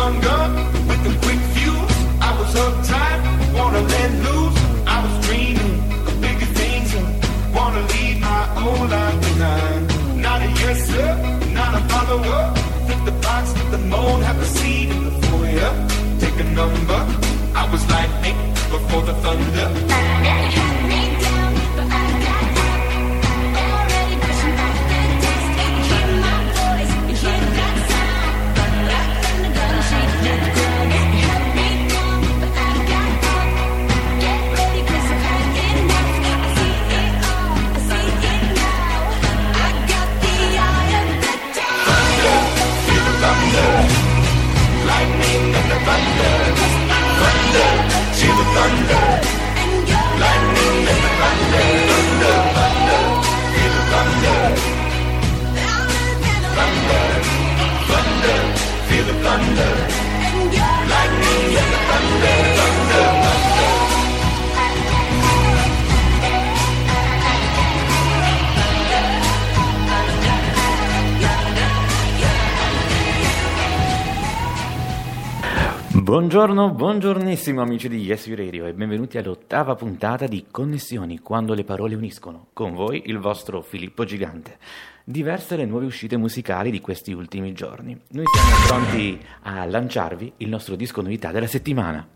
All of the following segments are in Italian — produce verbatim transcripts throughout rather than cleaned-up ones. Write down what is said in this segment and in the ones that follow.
younger, with a quick fuse. I was uptight, wanna let loose. I was dreaming of bigger things, wanna leave my old life behind. Not a yes sir, not a follower. Flip the box, flip the mold, have a seat in the foyer. Take a number. I was lightning before the thunder. Lightning and the thunder, thunder, see the thunder. Lightning and the thunder, thunder, thunder, feel the thunder. Thunder, thunder, feel the thunder. Lightning and the thunder, thunder, thunder. Buongiorno, buongiornissimo amici di Yes You Radio e benvenuti all'ottava puntata di Connessioni, quando le parole uniscono. Con voi il vostro Filippo Gigante. Diverse le nuove uscite musicali di questi ultimi giorni. Noi siamo pronti a lanciarvi il nostro disco novità della settimana.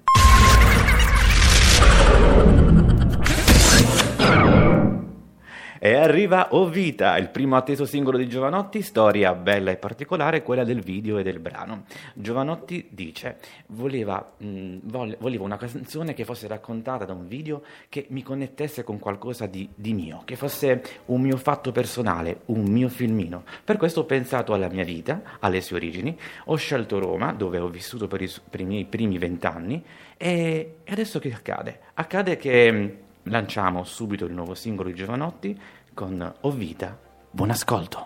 E arriva O Vita, il primo atteso singolo di Jovanotti, storia bella e particolare, quella del video e del brano. Jovanotti dice, voleva, mh, voleva una canzone che fosse raccontata da un video che mi connettesse con qualcosa di, di mio, che fosse un mio fatto personale, un mio filmino. Per questo ho pensato alla mia vita, alle sue origini, ho scelto Roma, dove ho vissuto per i, per i miei primi vent'anni, e, e adesso che accade? Accade che lanciamo subito il nuovo singolo di Jovanotti con O Vita. Buon ascolto.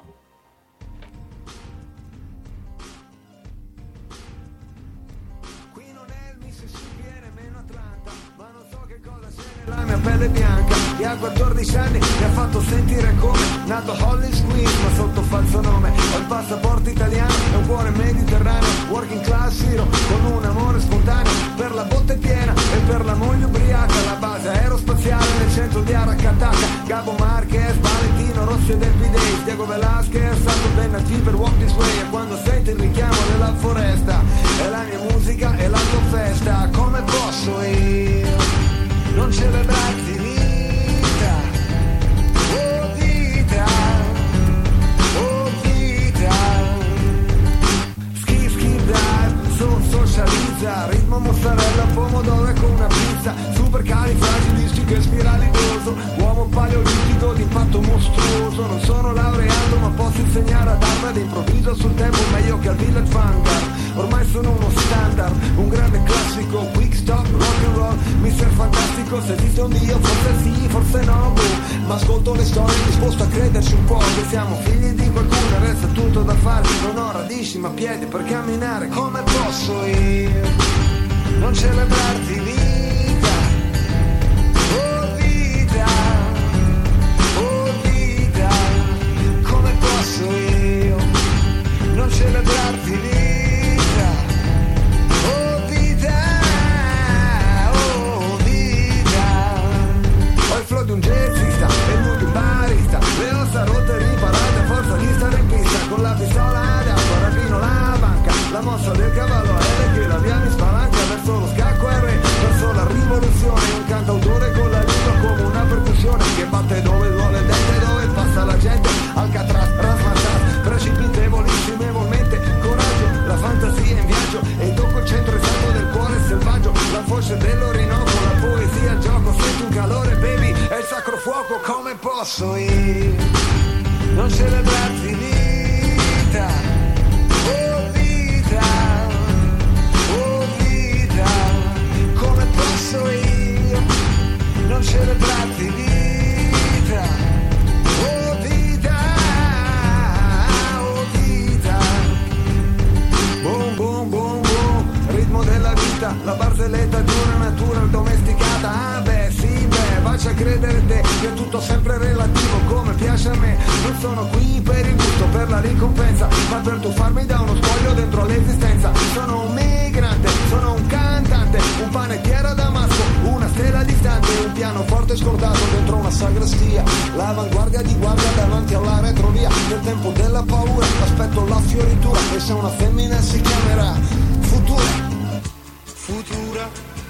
Qui non è il Mississippi, è nemmeno Atlanta, ma non so che cosa c'è nella mia pelle bianca. E a quattordici anni mi ha fatto sentire come nato Holly Squeeze, ma sotto falso nome. Ho il passaporto italiano e un cuore mediterraneo, working class hero, con un amore spontaneo per la botte piena e per la moglie ubriaca. La base aerospaziale nel centro di Aracataca. Gabo Marquez, Valentino Rossi e Del Pidei, Diego Velasquez, Santo Bennati per Walk This Way. E quando senti il richiamo della foresta, è la mia musica e la tua festa. Come posso io non celebrarti vita? Oh vita, oh vita. Skip, skip, dive, sono socializza. Ritmo mozzarella, pomodoro con una pizza. Super califragilistico che spiralidoso, uomo paleolitico d'impatto mostruoso. Non sono laureato ma posso insegnare ad Harvard, improvviso sul tempo meglio che al Village Vanguard. Ormai sono uno standard, un grande classico, quick stop, rock and roll, mister Fantastico. Se esiste un Dio forse sì, forse no, boh. Ma ascolto le storie disposto a crederci un po', che siamo figli di qualcuno e resta tutto da fare. Non ho radici ma piedi per camminare. Come posso io non celebrarti vita? Io non celebrarti vita, oh vita, oh vita. Ho il flow di un jazzista e lui di un barista, le ossa rotte e riparate a forza di stare in pista. Con la pistola d'acqua rapino la banca, la mossa del cavallo è che la via mi spalanca verso lo scacco e re, verso la rivoluzione. Un cantautore con la lingua come una percussione che batte dove vuole il dente, dove passa la gente. Alcatraz, Rasmatas, precipitevolissimevolmente coraggio, la fantasia in viaggio e tocco il centro esatto del cuore selvaggio. La voce dell'Orinoco, la poesia, il gioco, senti un calore baby, è il sacro fuoco. Come posso io non celebrarti vita? Oh vita, oh vita. Come posso io non celebrarti vita? La barzelletta di una natura domesticata. Ah beh sì beh, faccia credere te che è tutto sempre relativo come piace a me. Non sono qui per il gusto, per la ricompensa, ma per tuffarmi da uno spoglio dentro l'esistenza. Sono un me pianoforte scordato dentro una sagrestia, l'avanguardia di guardia davanti alla retrovia. Nel tempo della paura aspetto la fioritura, e se una femmina si chiamerà Futura. Futura.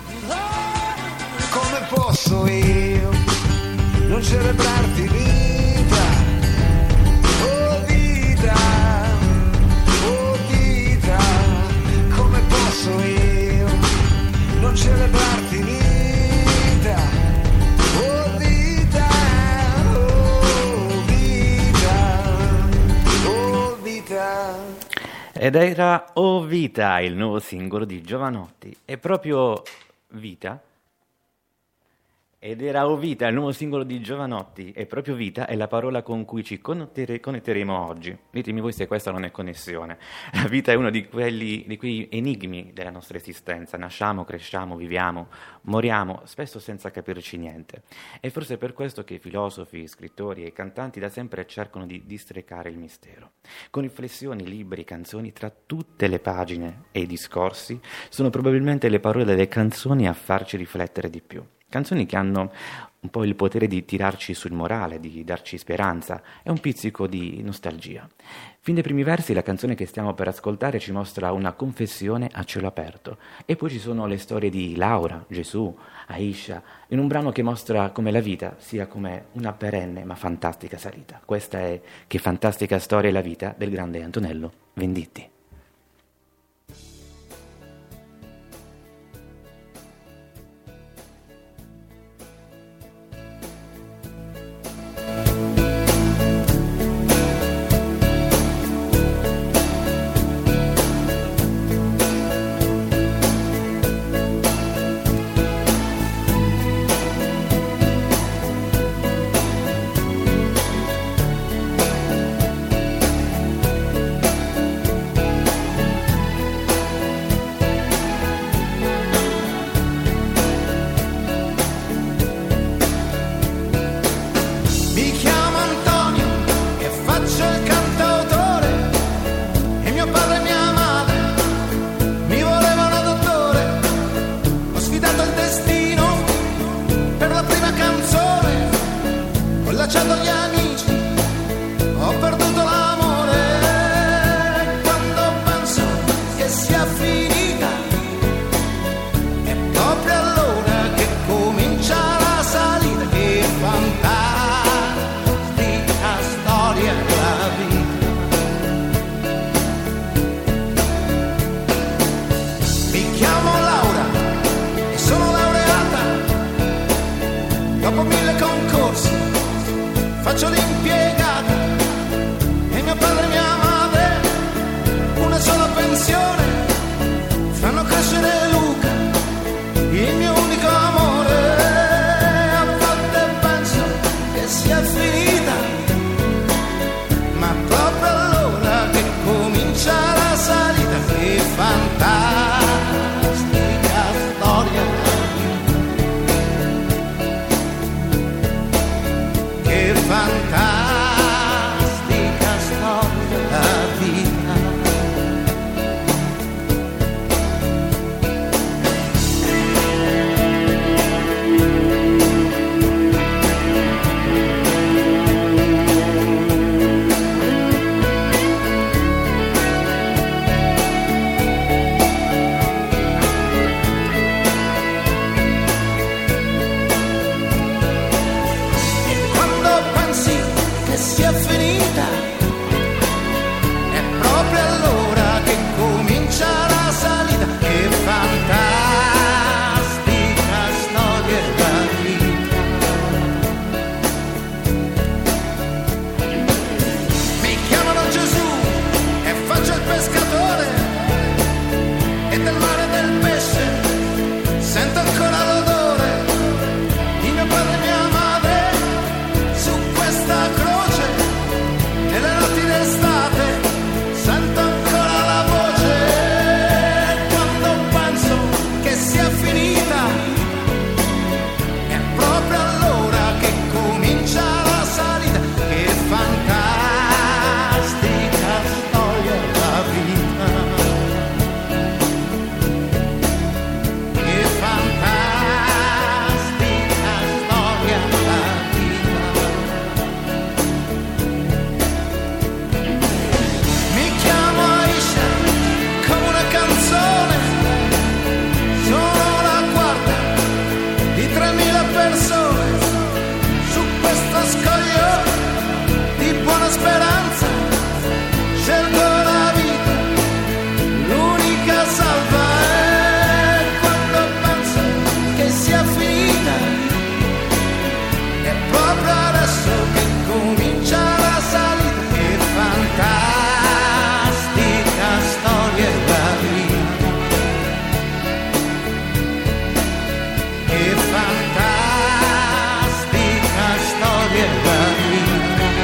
Come posso io non celebrarti vita? Oh vita, oh vita. Come posso io non celebrarti vita? Oh vita, oh vita, oh vita. Ed era Oh Vita, il nuovo singolo di Jovanotti. È proprio Vita? Ed era Oh Vita, il nuovo singolo di Jovanotti. E proprio Vita è la parola con cui ci connettere- connetteremo oggi. Ditemi voi se questa non è connessione. La vita è uno di quelli, di quei enigmi della nostra esistenza. Nasciamo, cresciamo, viviamo, moriamo, spesso senza capirci niente. E forse è per questo che filosofi, scrittori e cantanti da sempre cercano di distrecare il mistero. Con riflessioni, libri, canzoni, tra tutte le pagine e i discorsi, sono probabilmente le parole delle canzoni a farci riflettere di più. Canzoni che hanno un po' il potere di tirarci sul morale, di darci speranza e un pizzico di nostalgia. Fin dai primi versi la canzone che stiamo per ascoltare ci mostra una confessione a cielo aperto, e poi ci sono le storie di Laura, Gesù, Aisha, in un brano che mostra come la vita sia come una perenne ma fantastica salita. Questa è Che fantastica storia è la vita del grande Antonello Venditti. Questa croce nelle notti d'estate sento ancora persone su questo scoglio di buona speranza scelgono la vita, l'unica salva è quando penso che sia finita, è proprio adesso che comincia la salita. Che fantastica storia è la vita, che fantastica storia è la vita.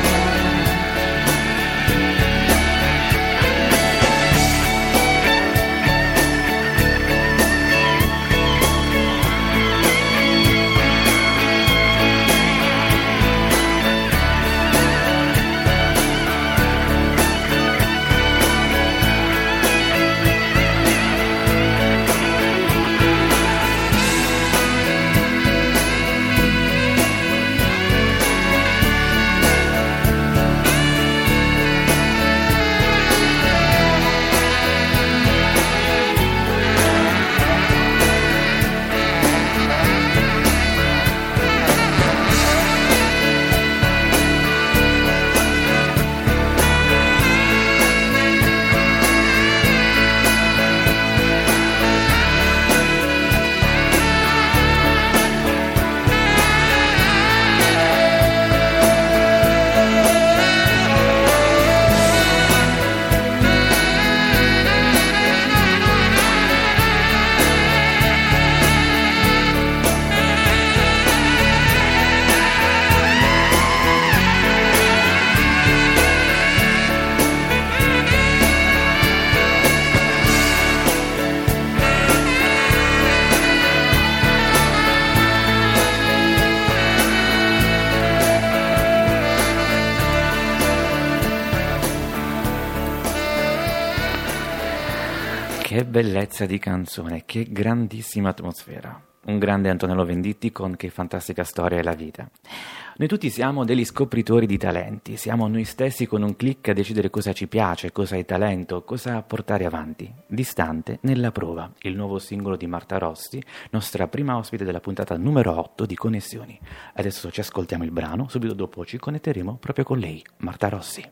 Che bellezza di canzone, che grandissima atmosfera. Un grande Antonello Venditti con Che fantastica storia è la vita. Noi tutti siamo degli scopritori di talenti, siamo noi stessi con un click a decidere cosa ci piace, cosa è talento, cosa portare avanti. Distante nella prova, il nuovo singolo di Marta Rossi, nostra prima ospite della puntata numero otto di Connessioni. Adesso ci ascoltiamo il brano, subito dopo ci connetteremo proprio con lei, Marta Rossi.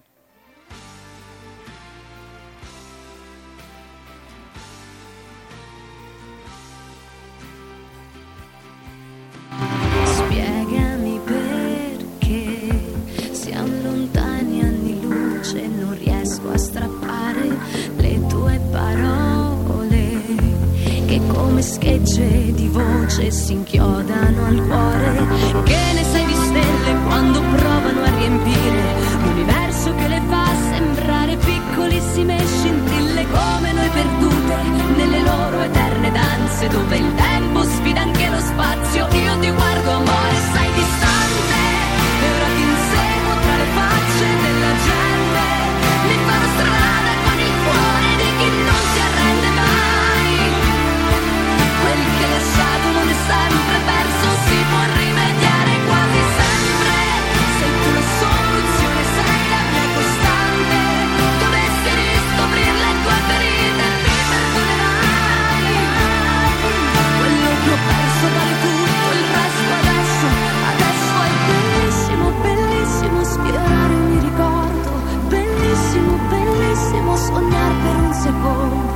A strappare le tue parole che come schegge di voce si inchiodano al cuore. Che ne sai di stelle quando provano a riempire l'universo che le fa sembrare piccolissime scintille, come noi perdute nelle loro eterne danze dove il tempo sfida anche lo spazio. Io ti guardo amore, sei distante e ora ti inseguo tra le facce della gente. Mi farò strada con il cuore di chi non si arrende mai. Quel che è lasciato non è sempre perso, si può rimediare quasi sempre. Sei tu la soluzione, sei la mia costante. Dovessi riscoprire le tue ferite, mi perdonerai. Quello che ho perso vale tutto, il resto adesso, adesso è bellissimo, bellissimo sfiorare ogni ricordo. Bellissimo, bellissimo sognare per un secondo.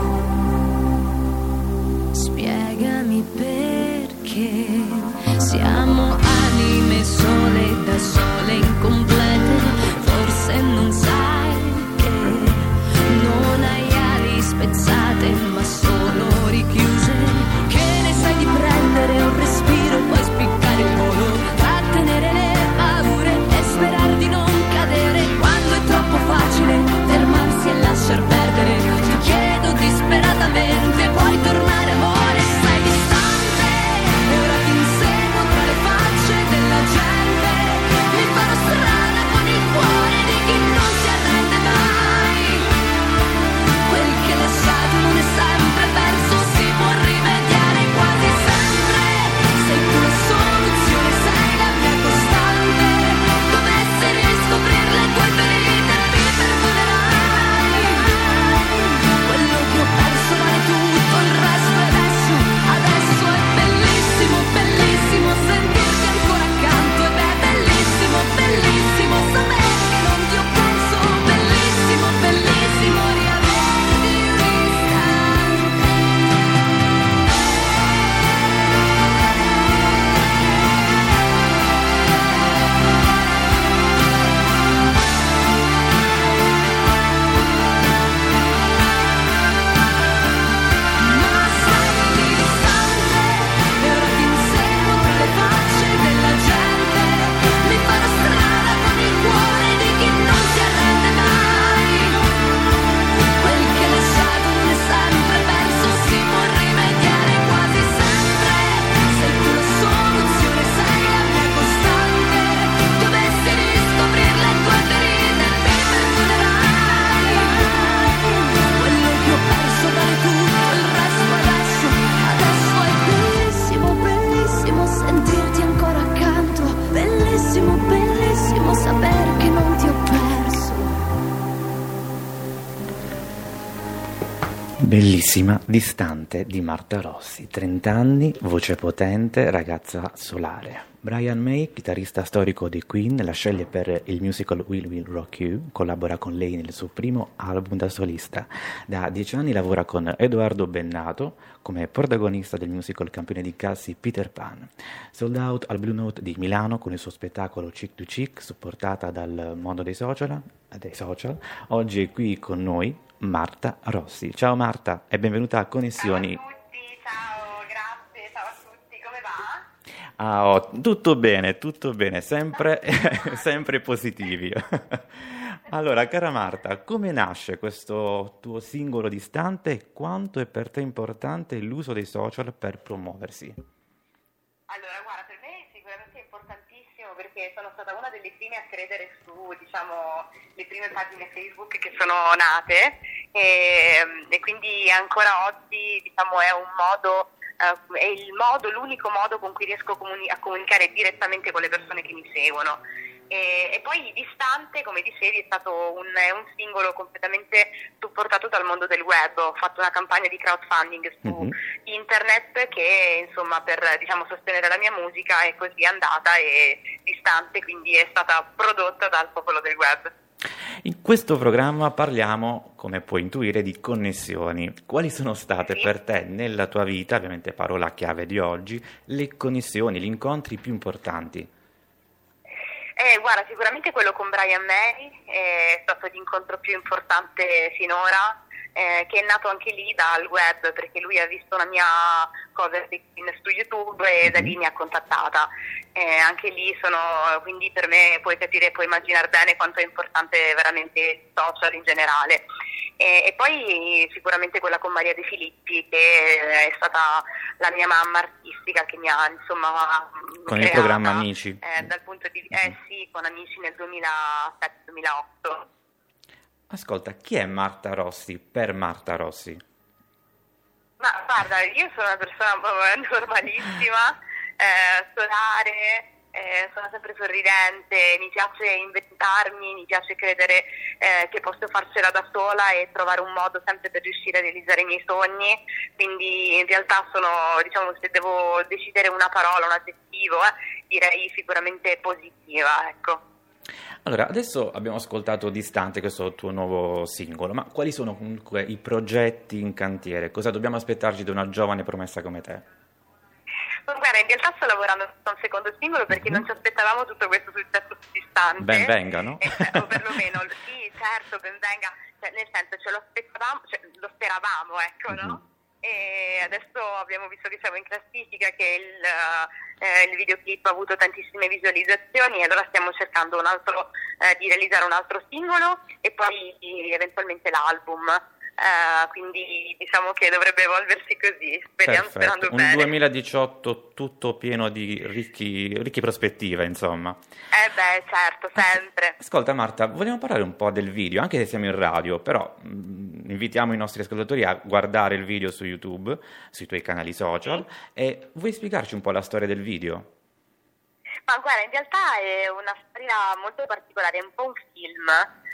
Spiegami perché siamo anime sole da sole incomplete. Forse non sai che non hai ali spezzate ma solo richiuse. Che ne sai di prendere un respiro, poi spiccare il volo, trattenere le paure e sperare di non cadere. Quando è troppo facile fermarsi e lasciar perdere, ti chiedo disperatamente, puoi tornare amore, sei distante e ora ti inseguo tra le facce Bellissima, Distante di Marta Rossi, trenta anni, voce potente, ragazza solare. Brian May, chitarrista storico dei Queen, la sceglie per il musical Will Will Rock You, collabora con lei nel suo primo album da solista. Da dieci anni lavora con Edoardo Bennato come protagonista del musical campione di calci Peter Pan. Sold out al Blue Note di Milano con il suo spettacolo Chick to Chick, supportata dal mondo dei social, dei social. Oggi è qui con noi Marta Rossi. Ciao Marta e benvenuta a Connessioni. Ciao a tutti, ciao, grazie, ciao a tutti, come va? Ah, oh, tutto bene, tutto bene, sempre, sempre positivi. Allora, cara Marta, come nasce questo tuo singolo Distante e quanto è per te importante l'uso dei social per promuoversi? Allora, guarda, per me sicuramente è importantissimo perché sono stata una delle prime a credere su, diciamo, le prime pagine Facebook che sono nate e, e quindi ancora oggi, diciamo, è un modo, uh, è il modo, l'unico modo con cui riesco a, comuni- a comunicare direttamente con le persone che mi seguono. E, e poi Distante, come dicevi, è stato un, è un singolo completamente supportato dal mondo del web. Ho fatto una campagna di crowdfunding su mm-hmm. internet che, insomma, per, diciamo, sostenere la mia musica è così andata e Distante quindi è stata prodotta dal popolo del web. In questo programma parliamo, come puoi intuire, di connessioni. Quali sono state sì. per te nella tua vita, ovviamente parola chiave di oggi, le connessioni, gli incontri più importanti? Eh, guarda, sicuramente quello con Brian May è stato l'incontro più importante finora, eh, che è nato anche lì dal web, perché lui ha visto una mia cover su YouTube e da lì mi ha contattata. Eh, anche lì sono, quindi per me puoi capire, puoi immaginare bene quanto è importante veramente social in generale. E, e poi sicuramente quella con Maria De Filippi, che è stata la mia mamma artistica che mi ha, insomma, con creata, il programma Amici. Eh, dal punto di eh sì, con Amici nel duemilasette duemilaotto. Ascolta, chi è Marta Rossi per Marta Rossi? Ma guarda, io sono una persona normalissima, eh, solare, eh, sono sempre sorridente, mi piace inventarmi, mi piace credere eh, che posso farcela da sola e trovare un modo sempre per riuscire a realizzare i miei sogni, quindi in realtà sono, diciamo, se devo decidere una parola, un aggettivo, eh, direi sicuramente positiva, ecco. Allora, adesso abbiamo ascoltato Distante, questo tuo nuovo singolo, ma quali sono comunque i progetti in cantiere? Cosa dobbiamo aspettarci da una giovane promessa come te? Guarda, in realtà sto lavorando su un secondo singolo perché mm-hmm. non ci aspettavamo tutto questo successo su Distante. Ben venga, no? Eh, o perlomeno, sì, certo, ben venga, cioè, nel senso ce lo aspettavamo, cioè, lo speravamo, ecco, mm-hmm. no? E adesso abbiamo visto che siamo in classifica, che il, eh, il videoclip ha avuto tantissime visualizzazioni e allora stiamo cercando un altro, eh, di realizzare un altro singolo e poi eventualmente l'album. Uh, quindi diciamo che dovrebbe evolversi così, speriamo, sperando un bene. Un duemiladiciotto tutto pieno di ricchi, ricchi prospettive, insomma. Eh beh, certo, sempre. Ascolta Marta, vogliamo parlare un po' del video, anche se siamo in radio, però mh, invitiamo i nostri ascoltatori a guardare il video su YouTube, sui tuoi canali social, sì. E vuoi spiegarci un po' la storia del video? Ma guarda, in realtà è una storia molto particolare, è un po' un film.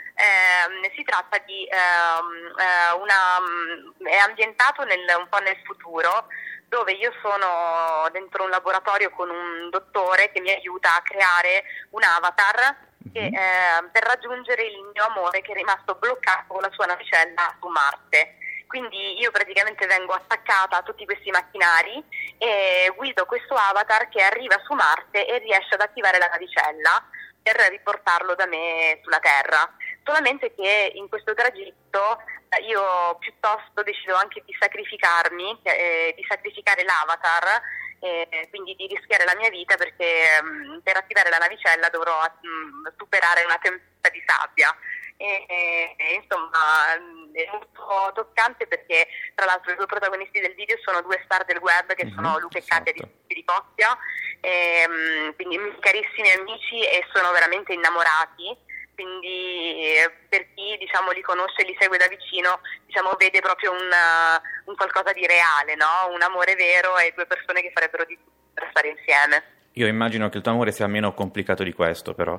Eh, si tratta di ehm, eh, una è ambientato nel, un po' nel futuro, dove io sono dentro un laboratorio con un dottore che mi aiuta a creare un avatar che, eh, per raggiungere il mio amore che è rimasto bloccato con la sua navicella su Marte. Quindi io praticamente vengo attaccata a tutti questi macchinari e guido questo avatar che arriva su Marte e riesce ad attivare la navicella per riportarlo da me sulla Terra. Solamente che in questo tragitto eh, io piuttosto decido anche di sacrificarmi, eh, di sacrificare l'avatar, eh, quindi di rischiare la mia vita perché mh, per attivare la navicella dovrò mh, superare una tempesta di sabbia. E, e, e, insomma è molto toccante perché tra l'altro i due protagonisti del video sono due star del web che mm-hmm, sono Luca e Katia di, di Coppia, e, mh, quindi carissimi amici e sono veramente innamorati. Quindi per chi diciamo li conosce e li segue da vicino, diciamo vede proprio un, un qualcosa di reale, no? Un amore vero e due persone che farebbero di tutto per stare insieme. Io immagino che il tuo amore sia meno complicato di questo, però.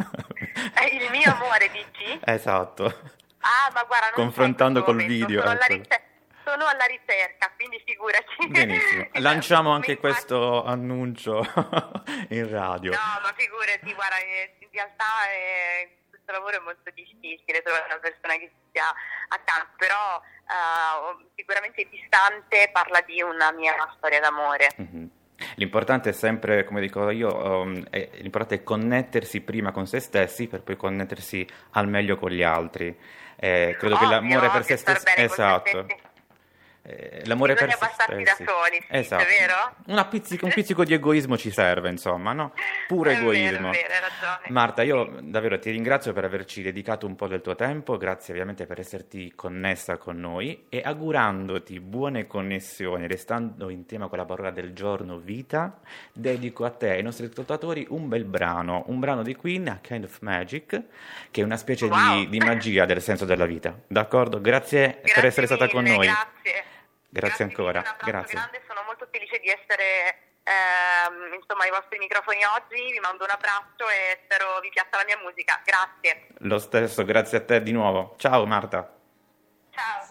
Eh, il mio amore, dici? Esatto. Ah, ma guarda, non confrontando col momento, video. Sono alla, ricer- sono alla ricerca, quindi figurati. Benissimo, lanciamo anche Infatti- questo annuncio in radio. No, ma figurati, guarda, eh, in realtà eh, questo lavoro è molto difficile, trovare una persona che ci sia accanto, però eh, sicuramente distante, parla di una mia storia d'amore. Mhm. L'importante è sempre, come dico io, um, è, l'importante è connettersi prima con se stessi per poi connettersi al meglio con gli altri. Eh, credo che Ovvio, l'amore per ovvio, se star stessi, bene con se esatto. stessi. Eh, l'amore Bisogna per se bastarsi da stessi. soli, sì, Esatto. è vero? Una pizzico- un pizzico di egoismo ci serve, insomma, no? Puro È vero, egoismo. è vero, hai ragione. Marta, io davvero ti ringrazio per averci dedicato un po' del tuo tempo, grazie ovviamente per esserti connessa con noi e augurandoti buone connessioni, restando in tema con la parola del giorno vita, dedico a te e ai nostri ascoltatori un bel brano, un brano di Queen, A Kind of Magic, che è una specie Wow. di, di magia del senso della vita. D'accordo? Grazie, Grazie per essere stata con mille, noi. Grazie. Grazie ancora, mille, un abbraccio grazie. grande, sono molto felice di essere ehm, insomma ai vostri microfoni oggi, vi mando un abbraccio e spero vi piaccia la mia musica. Grazie. Lo stesso, grazie a te di nuovo. Ciao Marta. Ciao.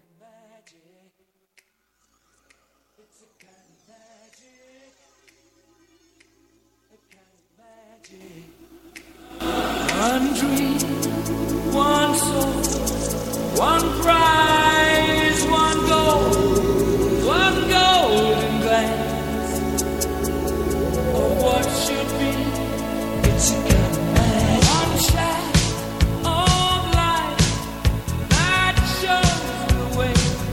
One dream, one soul, one prize, one goal, one golden glance of what should be. It's a kind of magic. One shot of light that shows the way.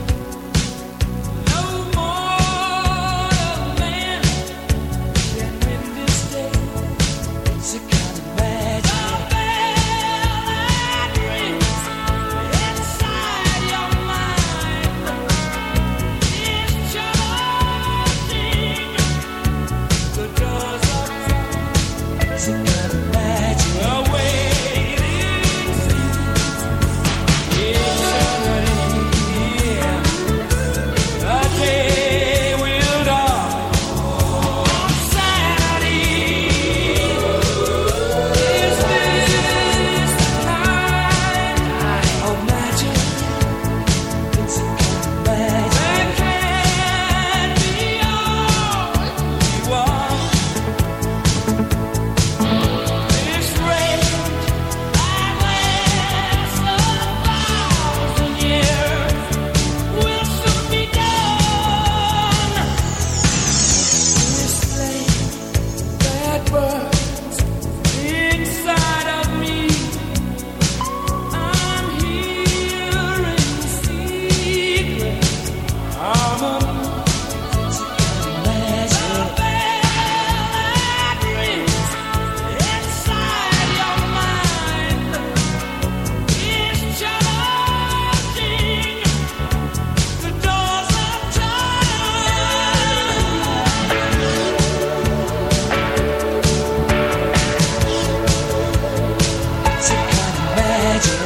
No mortal man can win this day. It's a kind of magic. The bell that rings inside your mind is charging the doors of time. It's a kind of magic. The waiting seems eternity. The day will dawn on Saturday. Is this the kind of magic? It's a kind of magic that can be all you want. This race that lasts a thousand years will soon be done. This flame that burns inside of me, I'm hearing secret harmony. It's a kind of magic. The bell that rings inside your mind is charging the doors of time. It's a kind of magic.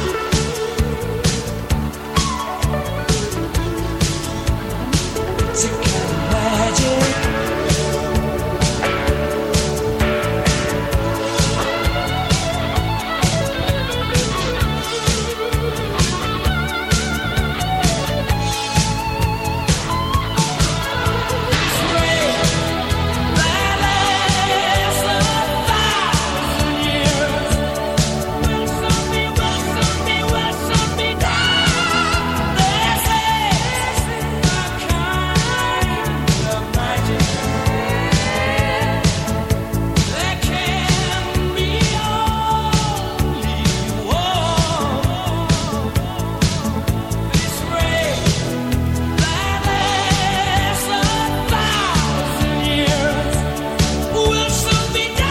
It's a kind of magic. That lasts a thousand years will soon be, will soon be, will soon be done. This is the kind of magic that can be only one. This race that lasts a thousand years will soon be done.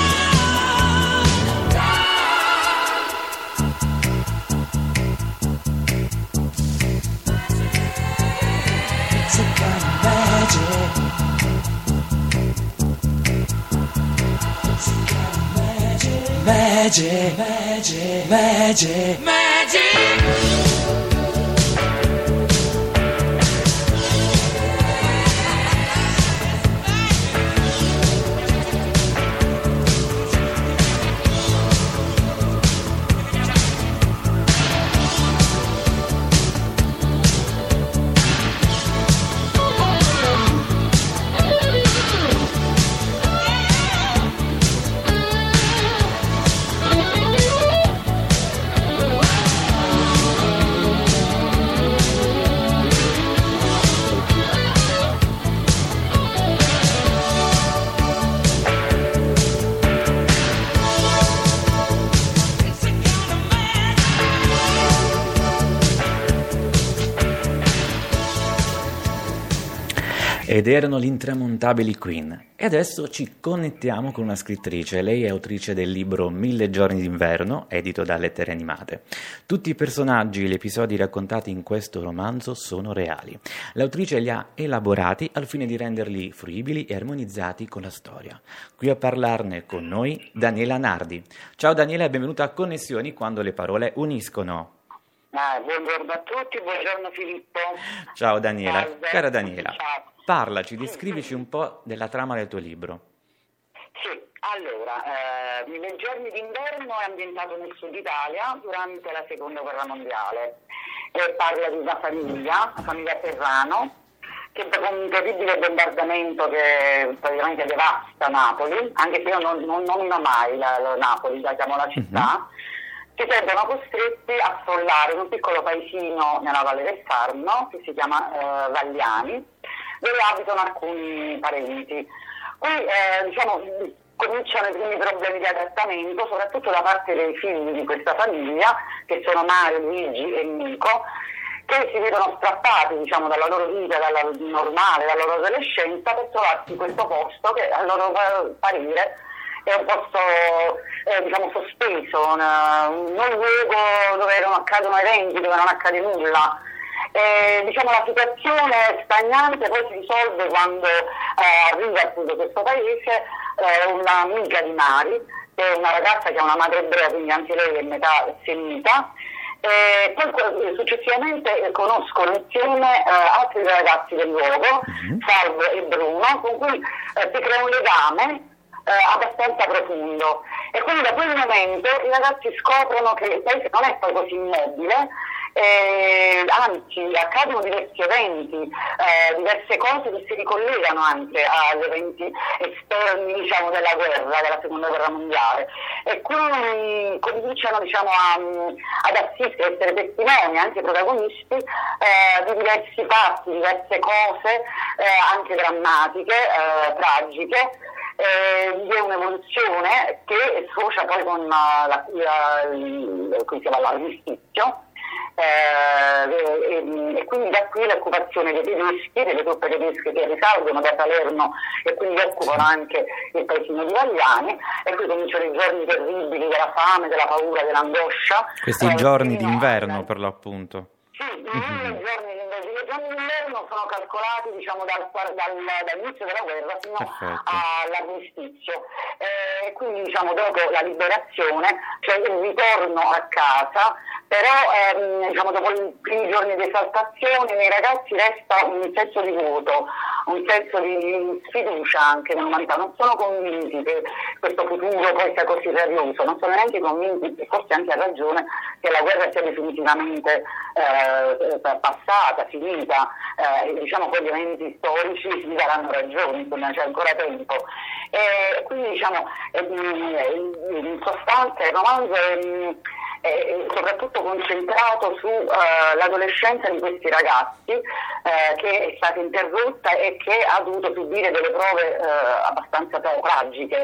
It's a kind of magic. It's a kind of magic. Magic, magic, magic, magic. Ed erano gli intramontabili Queen. E adesso ci connettiamo con una scrittrice. Lei è autrice del libro Mille giorni d'inverno, edito da Lettere Animate. Tutti i personaggi e gli episodi raccontati in questo romanzo sono reali. L'autrice li ha elaborati al fine di renderli fruibili e armonizzati con la storia. Qui a parlarne con noi Daniela Nardi. Ciao Daniela e benvenuta a Connessioni quando le parole uniscono. Ah, buongiorno a tutti, buongiorno Filippo. Ciao Daniela. Salve. Cara Daniela, Ciao. parlaci, descrivici un po' della trama del tuo libro. Sì, allora, eh, Mille giorni d'inverno è ambientato nel sud Italia durante la seconda guerra mondiale e parla di una famiglia, la famiglia Serrano, che dopo un terribile bombardamento che praticamente devasta Napoli, anche se io non, non nomino mai la, la Napoli, la chiamo la città, mm-hmm. si sentono costretti a affollare un piccolo paesino nella Valle del Sarno che si chiama eh, Vagliani, dove abitano alcuni parenti. Qui eh, diciamo, cominciano i primi problemi di adattamento, soprattutto da parte dei figli di questa famiglia, che sono Mario, Luigi e Nico, che si vedono strappati diciamo, dalla loro vita, dalla normale, dalla loro adolescenza, per trovarsi in questo posto che a loro parere è un posto eh, diciamo sospeso, un, un luogo dove non accadono eventi, dove non accade nulla. E, diciamo la situazione stagnante poi si risolve quando eh, arriva appunto questo paese eh, un'amica di Mari, che è una ragazza che ha una madre ebrea, quindi anche lei è metà semita. E poi successivamente eh, conoscono insieme eh, altri ragazzi del luogo, mm-hmm. Salvo e Bruno, con cui eh, si crea un legame Eh, abbastanza profondo, e quindi da quel momento i ragazzi scoprono che il paese non è poi così immobile, eh, anzi accadono diversi eventi, eh, diverse cose che si ricollegano anche agli eventi esterni diciamo, della guerra, della seconda guerra mondiale, e quindi cominciano diciamo, a, ad assistere, a essere testimoni, anche protagonisti eh, di diversi fatti, diverse cose eh, anche drammatiche, eh, tragiche. Eh, vi è un'evoluzione che sfocia poi con la, la, la, la, come si chiama, l'armistizio eh, e, e quindi da qui l'occupazione dei tedeschi, delle truppe tedesche che risalgono da Salerno e quindi occupano anche il paesino di Vagliani, e qui cominciano i giorni terribili della fame, della paura, dell'angoscia. Questi eh, giorni d'inverno per l'appunto. Sì, mm-hmm. i giorni d'inverno, i giorni d'inverno sono calcolati diciamo dal, dal, dall'inizio della guerra fino Perfetto. all'armistizio, e eh, quindi diciamo dopo la liberazione, cioè il ritorno a casa, però ehm, diciamo dopo i primi giorni di esaltazione nei ragazzi resta un senso di vuoto, un senso di sfiducia anche nell'umanità, non sono convinti che questo futuro poi sia così serioso, non sono neanche convinti, e forse anche a ragione, che la guerra sia definitivamente eh, passata, finita, eh, diciamo che gli eventi storici gli daranno ragione, insomma c'è ancora tempo. E quindi diciamo in sostanza il romanzo è, è soprattutto concentrato sull'adolescenza uh, di questi ragazzi uh, che è stata interrotta e che ha dovuto subire delle prove uh, abbastanza tragiche.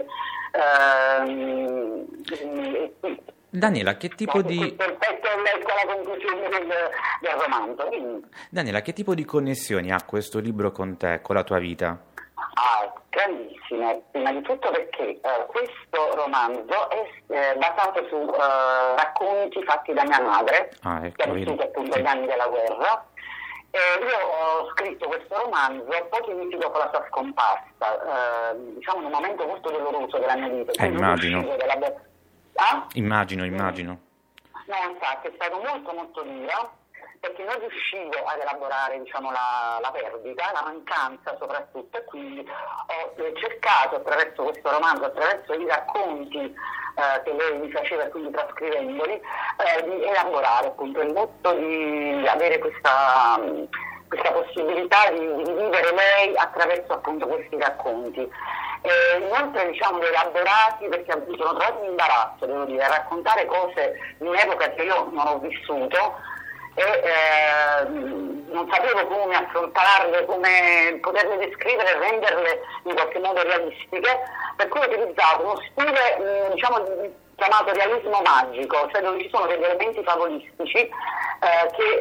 Uh, Daniela, che tipo di... Questa è la conclusione del, del romanzo. Daniela, che tipo di connessioni ha questo libro con te, con la tua vita? Ah, grandissime, prima di tutto perché eh, questo romanzo è eh, basato su eh, racconti fatti da mia madre, ah, ecco, che ha vissuto appunto sì. gli anni della guerra. E io ho scritto questo romanzo pochi mesi dopo la sua scomparsa, eh, diciamo in un momento molto doloroso della mia vita. Eh, immagino. Della... Ah? Immagino, immagino. No, infatti è stato molto molto duro, perché non riuscivo ad elaborare diciamo, la, la perdita, la mancanza soprattutto, e quindi ho cercato attraverso questo romanzo, attraverso i racconti eh, che lei mi faceva, quindi trascrivendoli, eh, di elaborare appunto il lutto, di avere questa, questa possibilità di, di vivere lei attraverso appunto questi racconti. E inoltre diciamo elaborati perché mi sono trovato in imbarazzo, devo dire, a raccontare cose di un'epoca che io non ho vissuto, e eh, non sapevo come affrontarle, come poterle descrivere e renderle in qualche modo realistiche, per cui ho utilizzato uno stile mh, diciamo chiamato realismo magico, cioè dove ci sono degli elementi favolistici eh, che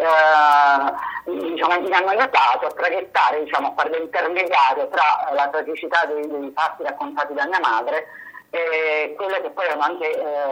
eh, diciamo, mi hanno aiutato a traghettare, diciamo, a fare da intermediario tra la tragicità dei, dei fatti raccontati da mia madre e quelle che poi erano anche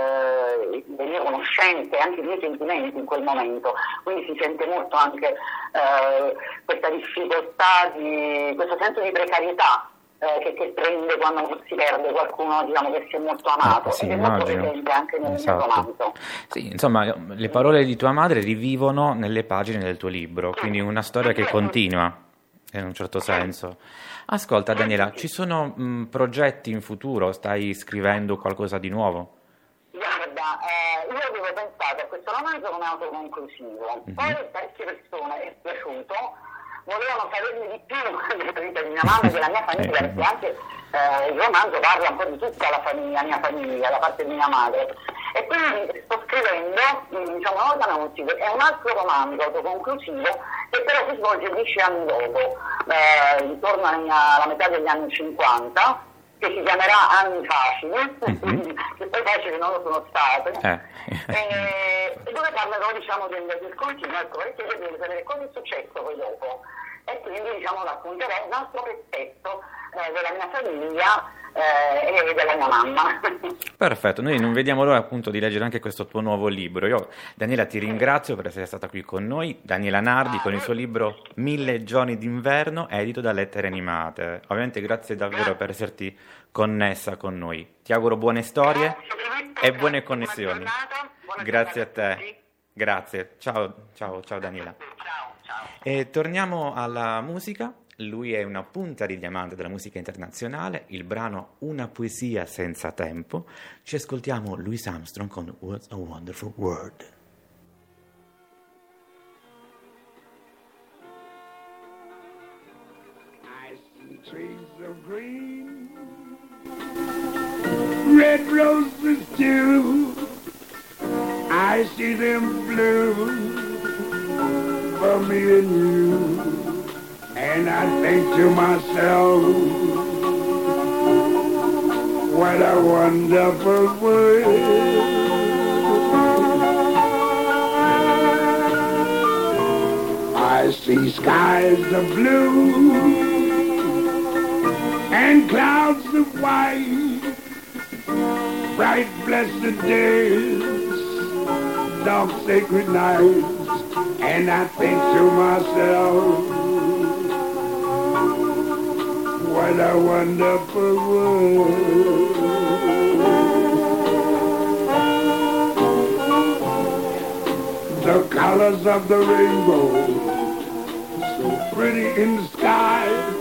eh, le mie conoscenze, anche i miei sentimenti in quel momento, quindi si sente molto anche eh, questa difficoltà, di, questo senso di precarietà eh, che, che prende quando si perde qualcuno, diciamo, che si è molto amato, Ah, sì, ed è molto immagino. presente anche nel Esatto. mio romanzo. Sì, insomma, le parole di tua madre rivivono nelle pagine del tuo libro, quindi una storia che continua, in un certo senso. Ascolta Daniela, ci sono mh, progetti in futuro? Stai scrivendo qualcosa di nuovo? Guarda, eh, io avevo pensato a questo romanzo come autoconclusivo, Mhm. poi parecchie persone è piaciuto, volevano saperne di più della vita di mia mamma e della mia famiglia, Eh, perché anche eh, il romanzo parla un po' di tutta la famiglia, la mia famiglia, da parte di mia madre. E quindi sto scrivendo, mh, diciamo, una volta non si- è un altro romanzo autoconclusivo che però si svolge dieci anni dopo, eh, intorno alla alla metà degli anni cinquanta, che si chiamerà Anni Facili, Mhm. che poi facili non lo sono state, Eh. e, e dove parlerò, diciamo, del, del continuo, ecco, perché io devo sapere cosa è successo poi dopo, e quindi, diciamo, racconterò un altro pezzetto eh, della mia famiglia eh, e della mia mamma. Perfetto, noi non vediamo l'ora appunto di leggere anche questo tuo nuovo libro. Io, Daniela, ti ringrazio per essere stata qui con noi. Daniela Nardi con il suo libro Mille giorni d'inverno, edito da Lettere Animate. Ovviamente grazie davvero per esserti connessa con noi. Ti auguro buone storie e buone connessioni. Buona giornata, buona Grazie a giornata te. tutti. Grazie. Ciao, ciao, ciao Daniela. Ciao, ciao. E torniamo alla musica. Lui è una punta di diamante della musica internazionale, il brano Una poesia senza tempo. Ci ascoltiamo Louis Armstrong con What a Wonderful World. I see trees of green, red roses too. I see them bloom for me and you. And I think to myself, what a wonderful world. I see skies of blue and clouds of white, bright blessed days, dark sacred nights, and I think to myself, what a wonderful world. The colors of the rainbow, so pretty in the skies,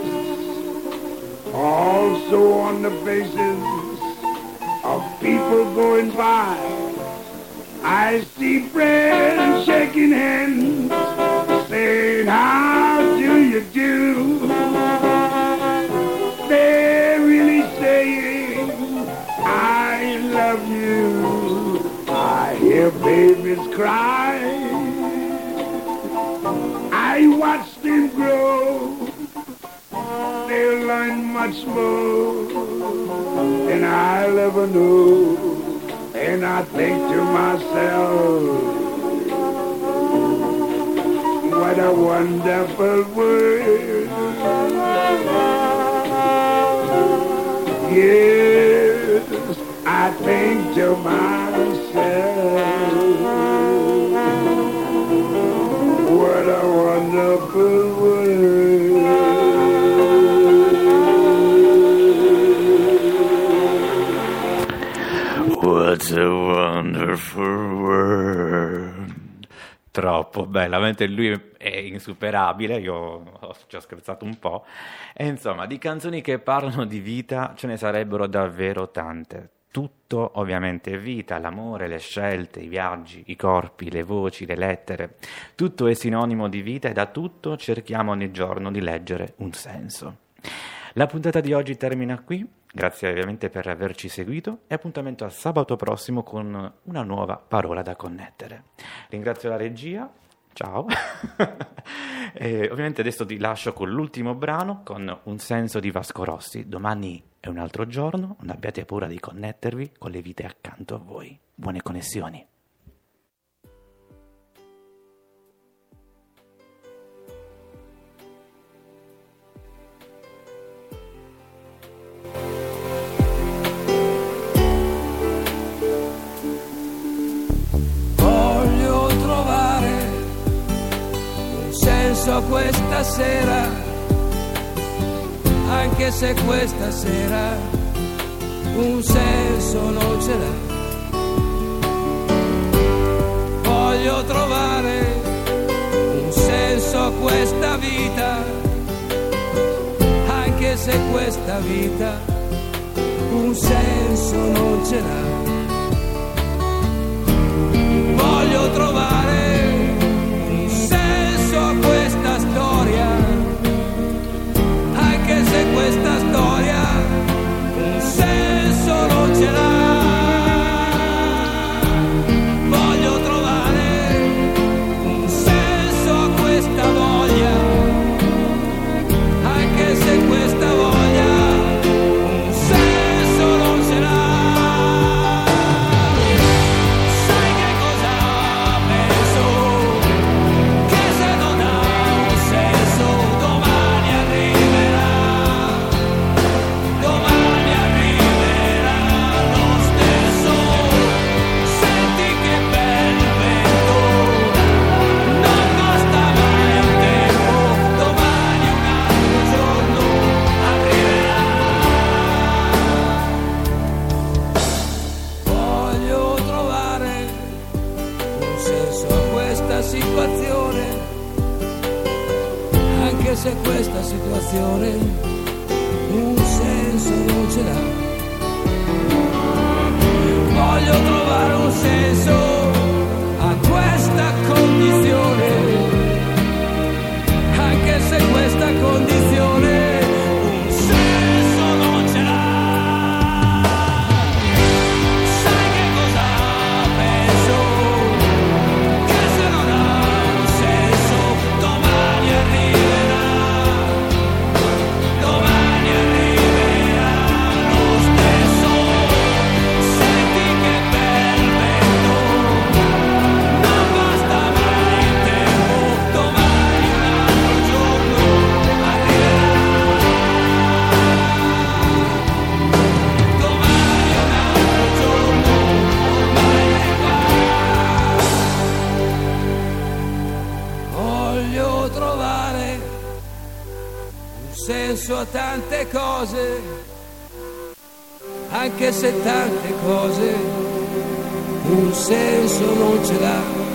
also on the faces of people going by. I see friends shaking hands, saying, how do you do? They're really saying, I love you. I hear babies cry. I watch them grow. They'll learn much more than I'll ever know. And I think to myself, what a wonderful world. Yes, I think to myself, what a wonderful world. What a wonderful world. Troppo bella, mentre lui è insuperabile, io ho- ci ho scherzato un po'. E insomma, di canzoni che parlano di vita ce ne sarebbero davvero tante. Tutto ovviamente è vita, l'amore, le scelte, i viaggi, i corpi, le voci, le lettere. Tutto è sinonimo di vita e da tutto cerchiamo ogni giorno di leggere un senso. La puntata di oggi termina qui, grazie ovviamente per averci seguito e appuntamento a sabato prossimo con una nuova parola da connettere. Ringrazio la regia, Ciao. E ovviamente adesso ti lascio con l'ultimo brano, con Un senso di Vasco Rossi. Domani è un altro giorno, non abbiate paura di connettervi con le vite accanto a voi. Buone connessioni. Voglio trovare un senso questa sera, anche se questa sera un senso non ce l'ha. Voglio trovare un senso a questa vita, anche se questa vita un senso non ce l'ha. Voglio trovare un senso a questa storia, anche se questa storia un senso non ce l'ha. Voglio trovare un senso a questa voglia, anche se questa voglia un senso non ce l'ha. Se questa situazione un senso non ce l'ha. Voglio trovare un senso a questa condizione, anche se questa condizione un senso non ce l'ha. Sai che cosa penso? Che se non ha un senso domani arriverà. Senso a tante cose, anche se tante cose un senso non ce l'ha.